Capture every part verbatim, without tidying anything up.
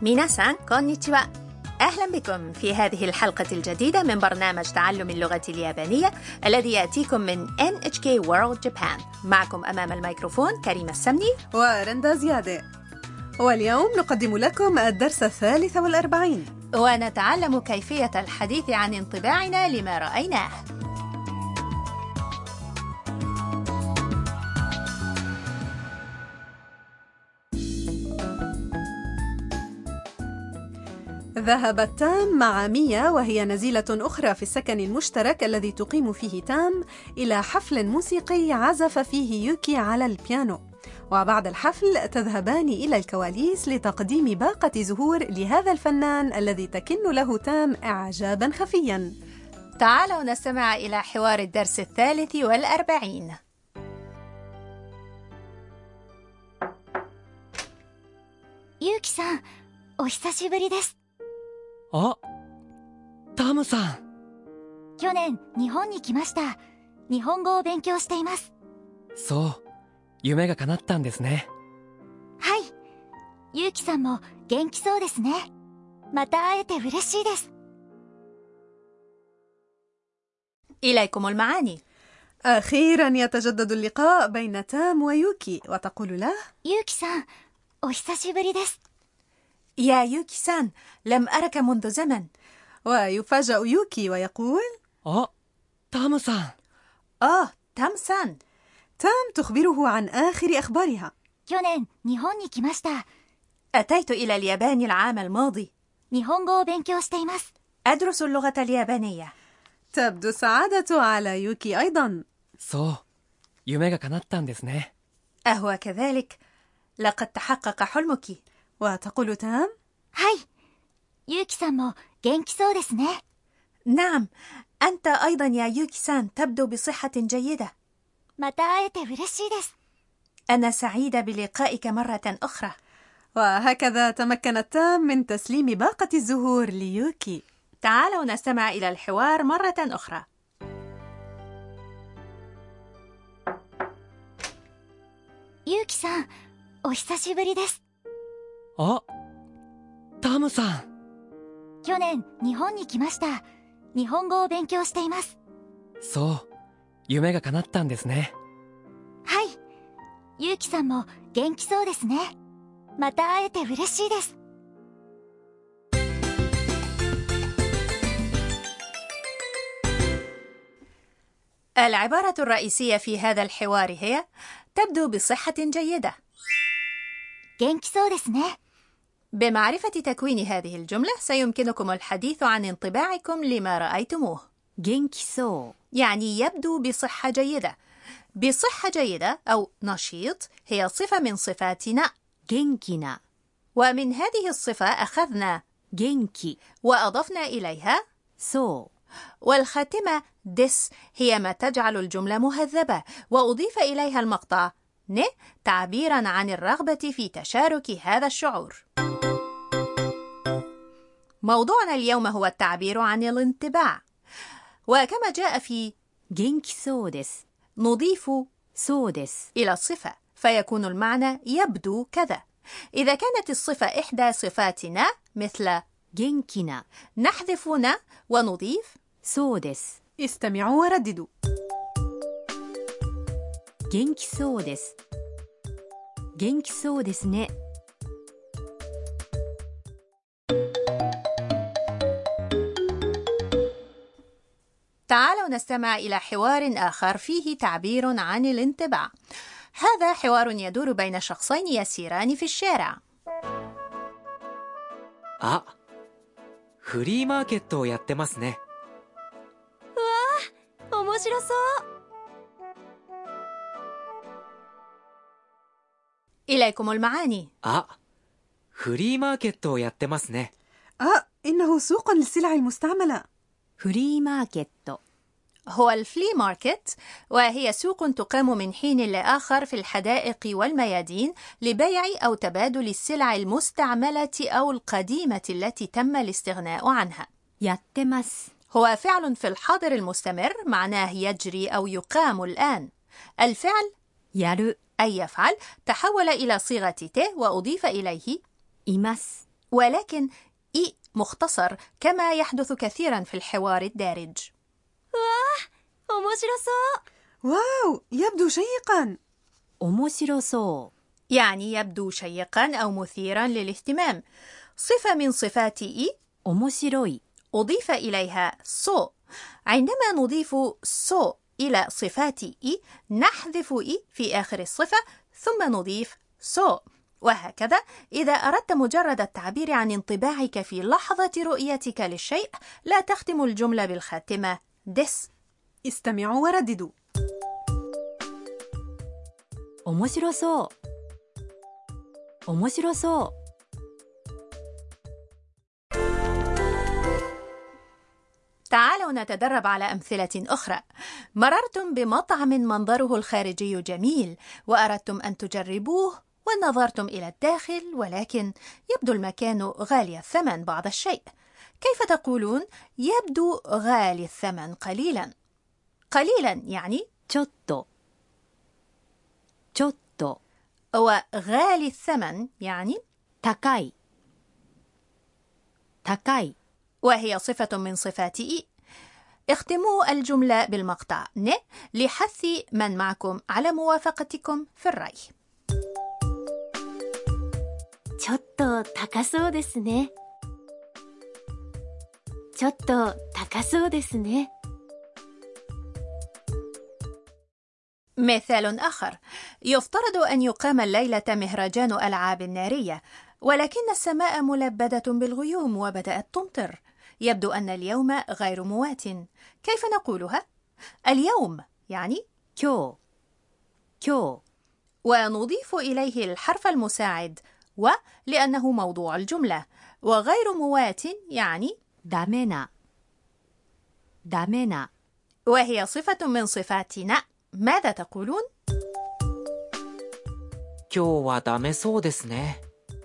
ميناسان كونيتشوا. أهلا بكم في هذه الحلقة الجديدة من برنامج تعلم اللغة اليابانية الذي يأتيكم من إن إتش كي World Japan. معكم أمام الميكروفون كريمة السمني ورندا زيادة، واليوم نقدم لكم الدرس الثالث والأربعين، ونتعلم كيفية الحديث عن انطباعنا لما رأيناه. ذهبت تام مع ميا وهي نزيلة أخرى في السكن المشترك الذي تقيم فيه تام إلى حفل موسيقي عزف فيه يوكي على البيانو، وبعد الحفل تذهبان إلى الكواليس لتقديم باقة زهور لهذا الفنان الذي تكن له تام إعجابا خفيا. تعالوا نستمع إلى حوار الدرس الثالث والأربعين. يوكي-سان، お久しぶりです。 あ、タムさん。 去年日本に来ました。日本語を勉強しています。 そう、夢が叶ったんですね。 はい、ゆうきさんも元気そうですね。また会えて嬉しいです。 إليكم المعاني. أخيرا يتجدد اللقاء بين تام ويوكي، وتقول له: ゆうきさん、お久しぶりです。 يا يوكي-سان، لم أرك منذ زمن. ويفاجأ يوكي ويقول: あ、タムさん。 آه، تام-سان. تام تخبره عن آخر أخبارها. 去年日本に来ました。 أتيت إلى اليابان العام الماضي. 日本語を勉強しています。 أدرس اللغة اليابانية. تبدو السعادة على يوكي أيضا. そう、夢が叶ったんですね。 أهو كذلك، لقد تحقق حلمك. وتقول تام: はい、ゆうきさんも元気そうですね。 نعم، أنت أيضا يا يوكي-سان تبدو بصحة جيدة. また会えて嬉しいです。 أنا سعيدة بلقائك مرة أخرى. وهكذا تمكنت تام من تسليم باقة الزهور ليوكي. تعالوا نستمع إلى الحوار مرة أخرى. ゆうきさん、お久しぶりです。 あ、タムさん。 去年日本に来ました。日本語を勉強しています。 そう、夢が叶ったんですね。 はい、ゆうきさんも元気そうですね。また会えて嬉しいです。 العبارة الرئيسية في هذا الحوار هي تبدو بصحة جيدة. 元気そうですね。 بمعرفة تكوين هذه الجملة سيمكنكم الحديث عن انطباعكم لما رأيتموه. 元気そう يعني يبدو بصحة جيدة. بصحة جيدة أو نشيط هي صفة من صفاتنا 元気な ومن هذه الصفة أخذنا 元気 وأضفنا إليها そう والخاتمة دس هي ما تجعل الجملة مهذبة، وأضيف إليها المقطع ن تعبيرا عن الرغبة في تشارك هذا الشعور. موضوعنا اليوم هو التعبير عن الانطباع، وكما جاء في 元気そうです نضيف そうです إلى الصفة فيكون المعنى يبدو كذا. إذا كانت الصفة إحدى صفاتنا مثل 元気な نحذف ن ونضيف そうです استمعوا ورددوا. 元気そうです元気そうですね تعالوا نستمع إلى حوار آخر فيه تعبير عن الانطباع. هذا حوار يدور بين شخصين يسيران في الشارع. あ、フリーマーケットをやってますね。 面白そう إليكم المعاني. あ、フリーマーケットをやってますね。 آه، إنه سوق للسلع المستعملة. フリーマーケット هو الفلي ماركت، وهي سوق تقام من حين لآخر في الحدائق والميادين لبيع أو تبادل السلع المستعملة أو القديمة التي تم الاستغناء عنها. やってます هو فعل في الحاضر المستمر معناه يجري أو يقام الآن. الفعل やる أي يفعل تحول إلى صيغة ت وأضيف إليه います ولكن إي مختصر كما يحدث كثيرا في الحوار الدارج. واو، يبدو شيقا. 面白そう يعني يبدو شيقا أو مثيرا للاهتمام. صفة من صفات إي 面白い أضيف إليها سو. عندما نضيف سو إلى صفات إي نحذف إي في آخر الصفة ثم نضيف سو، وهكذا إذا أردت مجرد التعبير عن انطباعك في لحظة رؤيتك للشيء لا تختم الجملة بالخاتمة دس. استمعوا ورددوا. 面白そう面白そう تعالوا نتدرب على أمثلة أخرى. مررتم بمطعم منظره الخارجي جميل وأردتم أن تجربوه ونظرتم إلى الداخل، ولكن يبدو المكان غالي الثمن بعض الشيء. كيف تقولون يبدو غالي الثمن قليلا؟ قليلا يعني ちょっとちょっと وغالي الثمن يعني 高い高い وهي صفة من صفات إي. اختموا الجملة بالمقطع ن لحث من معكم على موافقتكم في الرأي. ちょっと高そうですねちょっと高そうですね مثال آخر: يفترض أن يقام الليلة مهرجان ألعاب نارية، ولكن السماء ملبدة بالغيوم وبدأت تمطر. يبدو أن اليوم غير موات. كيف نقولها؟ اليوم يعني 今日今日 ونضيف إليه الحرف المساعد و لأنه موضوع الجملة، وغير موات يعني ダメなダメな وهي صفة من صفاتنا. ماذا تقولون؟ 今日はダメそうですね。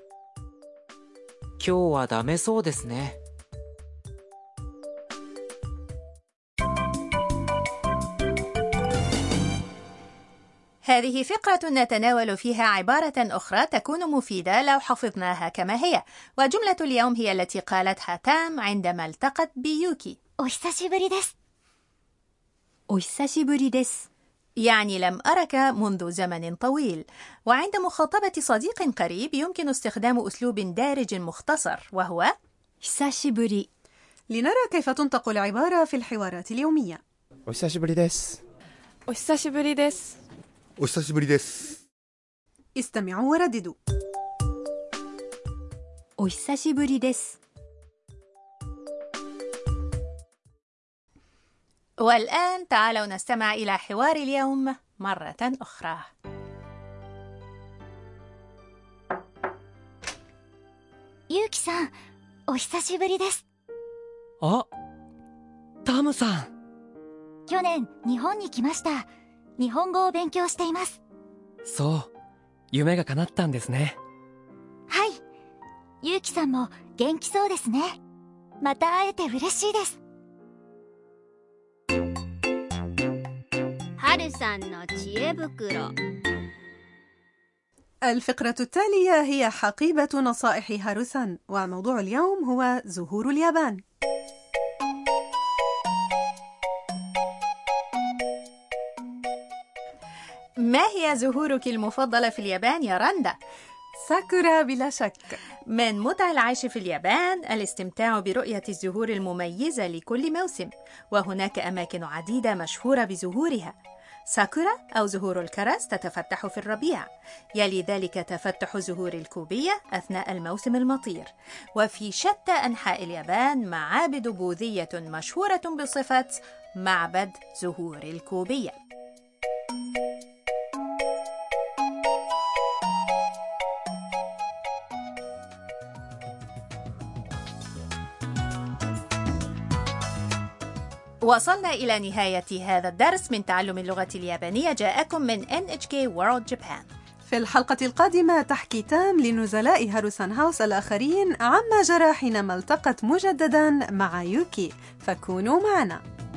今日はダメそうですね。 هذه فقرة نتناول فيها عبارة أخرى تكون مفيدة لو حفظناها كما هي، وجملة اليوم هي التي قالتها تام عندما التقت بيوكي. お久しぶりですお久しぶりです يعني لم أرك منذ زمن طويل. وعند مخاطبة صديق قريب يمكن استخدام أسلوب دارج مختصر وهو 久しぶり لنرى كيف تنطق العبارة في الحوارات اليومية. お久しぶりです。 お久しぶりです。 お久しぶりです。 استمعوا ورددوا. お久しぶりです والآن تعالوا نستمع إلى حوار اليوم مرة أخرى. ゆうきさんお久しぶりですあ、タムさん。 去年日本に来ました日本語を勉強していますそう、夢が叶ったんですね。 はいゆうきさんも元気そうですねまた会えて嬉しいです春さんの知恵袋 الفقرة التالية هي حقيبة نصائح هاروسان، وموضوع اليوم هو زهور اليابان. ما هي زهورك المفضلة في اليابان يا رندا؟ ساكورا بلا شك. من متع العيش في اليابان الاستمتاع برؤية الزهور المميزة لكل موسم، وهناك أماكن عديدة مشهورة بزهورها. ساكورا أو زهور الكرز تتفتح في الربيع، يلي ذلك تفتح زهور الكوبية أثناء الموسم المطير. وفي شتى أنحاء اليابان معابد بوذية مشهورة بصفة معبد زهور الكوبية. وصلنا إلى نهاية هذا الدرس من تعلم اللغة اليابانية، جاءكم من إن إتش كي World Japan. في الحلقة القادمة تحكي تام لنزلاء هاروسان هاوس الآخرين عما جرى حينما التقت مجددا مع يوكي، فكونوا معنا.